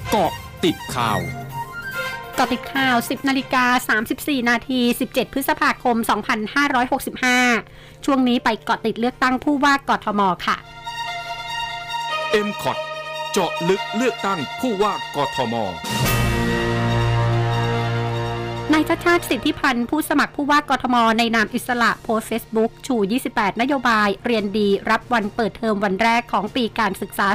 เกาะติดข่าว 10 นาฬิกา 34 นาที 17 พฤษภาคม 2565 ช่วงนี้ไปเกาะติดเลือกตั้งผู้ว่ากทมค่ะ MCOT เจาะลึกเลือกตั้งผู้ว่ากทมนายชัชชาติสิทธิพันธ์ผู้สมัครผู้ว่ากทมในนามอิสระโพสต์เฟซบุ๊กชู 28 นโยบายเรียนดีรับวันเปิดเทอมวันแรกของปีการศึกษา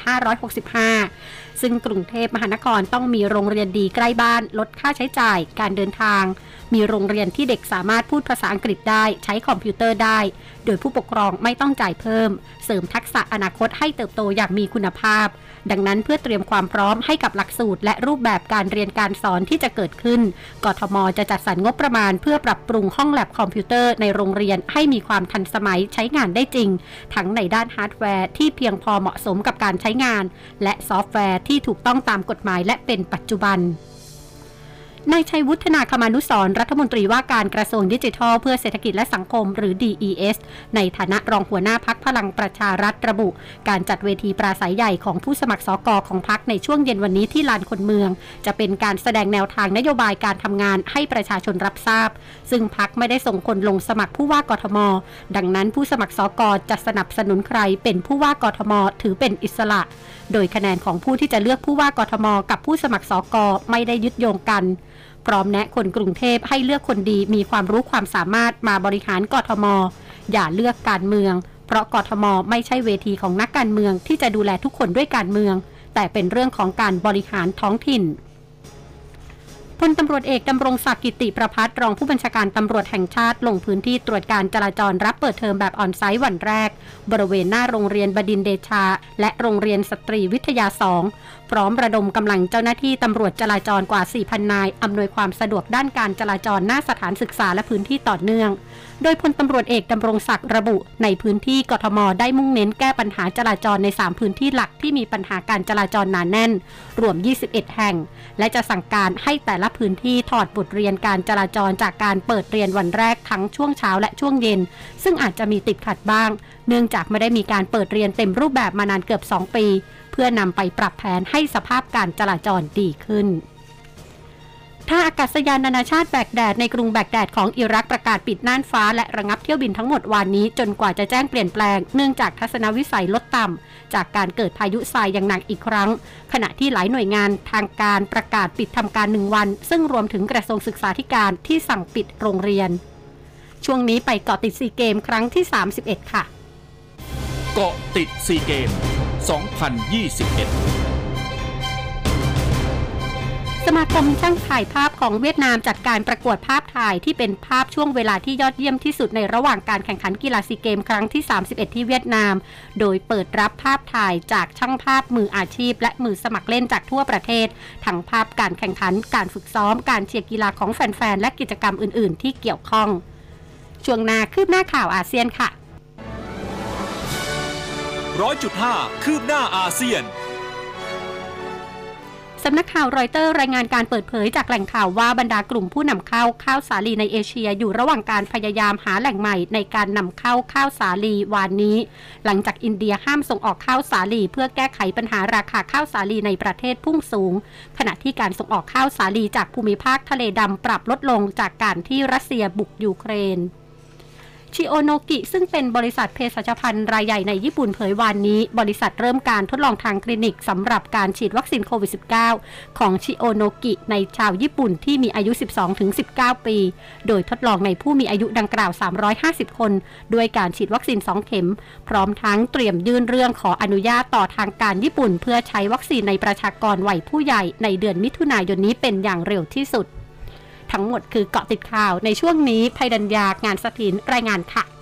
2565 ซึ่งกรุงเทพมหานครต้องมีโรงเรียนดีใกล้บ้านลดค่าใช้จ่ายการเดินทางมีโรงเรียนที่เด็กสามารถพูดภาษาอังกฤษได้ใช้คอมพิวเตอร์ได้โดยผู้ปกครองไม่ต้องจ่ายเพิ่มเสริมทักษะอนาคตให้เติบโตอย่างมีคุณภาพดังนั้นเพื่อเตรียมความพร้อมให้กับหลักสูตรและรูปแบบการเรียนการสอนที่จะเกิดขึ้นกทมจะจัดสรรงบประมาณเพื่อปรับปรุงห้องแลบคอมพิวเตอร์ในโรงเรียนให้มีความทันสมัยใช้งานได้จริงทั้งในด้านฮาร์ดแวร์ที่เพียงพอเหมาะสมกับการใช้งานและซอฟต์แวร์ที่ถูกต้องตามกฎหมายและเป็นปัจจุบันนายชัยวุฒนาคมานุสรณ์รัฐมนตรีว่าการกระทรวงดิจิทัลเพื่อเศรษฐกิจและสังคมหรือ DES ในฐานะรองหัวหน้าพรรคพลังประชารัฐระบุการจัดเวทีปราศัยใหญ่ของผู้สมัครสกของพรรคในช่วงเย็นวันนี้ที่ลานคนเมืองจะเป็นการแสดงแนวทางนโยบายการทำงานให้ประชาชนรับทราบซึ่งพรรคไม่ได้ส่งคนลงสมัครผู้ว่ากทมดังนั้นผู้สมัครสกจะสนับสนุนใครเป็นผู้ว่ากทมถือเป็นอิสระโดยคะแนนของผู้ที่จะเลือกผู้ว่ากทมกับผู้สมัครสกไม่ได้ยึดโยงกันพร้อมแนะคนกรุงเทพให้เลือกคนดีมีความรู้ความสามารถมาบริหารกทมอย่าเลือกการเมืองเพราะกทมไม่ใช่เวทีของนักการเมืองที่จะดูแลทุกคนด้วยการเมืองแต่เป็นเรื่องของการบริหารท้องถิ่นพลตำรวจเอกดำรงศักดิ์กิติประภัสรองผู้บัญชาการตำรวจแห่งชาติลงพื้นที่ตรวจการจราจรรับเปิดเทอมแบบออนไซต์วันแรกบริเวณหน้าโรงเรียนบดินทร์เดชาและโรงเรียนสตรีวิทยา2พร้อมระดมกำลังเจ้าหน้าที่ตำรวจจราจรกว่า 4,000 นายอำนวยความสะดวกด้านการจราจรหน้าสถานศึกษาและพื้นที่ต่อเนื่องโดยพลตำรวจเอกดำรงศักดิ์ระบุในพื้นที่กทมได้มุ่งเน้นแก้ปัญหาจราจรใน3พื้นที่หลักที่มีปัญหาการจราจรหนาแน่นรวม21แห่งและจะสั่งการให้แต่ละพื้นที่ถอดบทเรียนการจราจรจากการเปิดเรียนวันแรกทั้งช่วงเช้าและช่วงเย็นซึ่งอาจจะมีติดขัดบ้างเนื่องจากไม่ได้มีการเปิดเรียนเต็มรูปแบบมานานเกือบ2 ปีเพื่อนำไปปรับแผนให้สภาพการจราจรดีขึ้นท่าอากาศยานนานาชาติแบกแดดในกรุงแบกแดดของอิรักประกาศปิดน่านฟ้าและระงับเที่ยวบินทั้งหมดวันนี้จนกว่าจะแจ้งเปลี่ยนแปลงเนื่องจากทัศนวิสัยลดต่ำจากการเกิดพายุทรายอย่างหนักอีกครั้งขณะที่หลายหน่วยงานทางการประกาศปิดทำการ1 วันซึ่งรวมถึงกระทรวงศึกษาธิการที่สั่งปิดโรงเรียนช่วงนี้ไปเกาะติดซีเกมครั้งที่31ค่ะเกาะติดซีเกม2021 สมาคมช่างถ่ายภาพของเวียดนามจัดการประกวดภาพถ่ายที่เป็นภาพช่วงเวลาที่ยอดเยี่ยมที่สุดในระหว่างการแข่งขันกีฬาซีเกมครั้งที่31ที่เวียดนามโดยเปิดรับภาพถ่ายจากช่างภาพมืออาชีพและมือสมัครเล่นจากทั่วประเทศทั้งภาพการแข่งขันการฝึกซ้อมการเชียร์กีฬาของแฟนๆและกิจกรรมอื่นๆที่เกี่ยวข้องช่วงหน้าคืบหน้าข่าวอาเซียนค่ะ 100.5 คืบหน้าอาเซียนสำนักข่าวรอยเตอร์รายงานการเปิดเผยจากแหล่งข่าวว่าบรรดากลุ่มผู้นำเข้าข้าวสาลีในเอเชียอยู่ระหว่างการพยายามหาแหล่งใหม่ในการนำเข้าข้าวสาลีวันนี้หลังจากอินเดียห้ามส่งออกข้าวสาลีเพื่อแก้ไขปัญหาราคาข้าวสาลีในประเทศพุ่งสูงขณะที่การส่งออกข้าวสาลีจากภูมิภาคทะเลดำปรับลดลงจากการที่รัสเซียบุกยูเครนชิโอโนกิซึ่งเป็นบริษัทเภสัชภัณฑ์รายใหญ่ในญี่ปุ่นเผยวันนี้บริษัทเริ่มการทดลองทางคลินิกสำหรับการฉีดวัคซีนโควิด -19 ของชิโอโนกิในชาวญี่ปุ่นที่มีอายุ 12-19 ปีโดยทดลองในผู้มีอายุดังกล่าว350คนด้วยการฉีดวัคซีน2 เข็มพร้อมทั้งเตรียมยื่นเรื่องขออนุญาตต่อทางการญี่ปุ่นเพื่อใช้วัคซีนในประชากรวัยผู้ใหญ่ในเดือนมิถุนายนนี้เป็นอย่างเร็วที่สุดทั้งหมดคือเกาะติดข่าวในช่วงนี้ภัยดัญญางานสถินรายงานค่ะ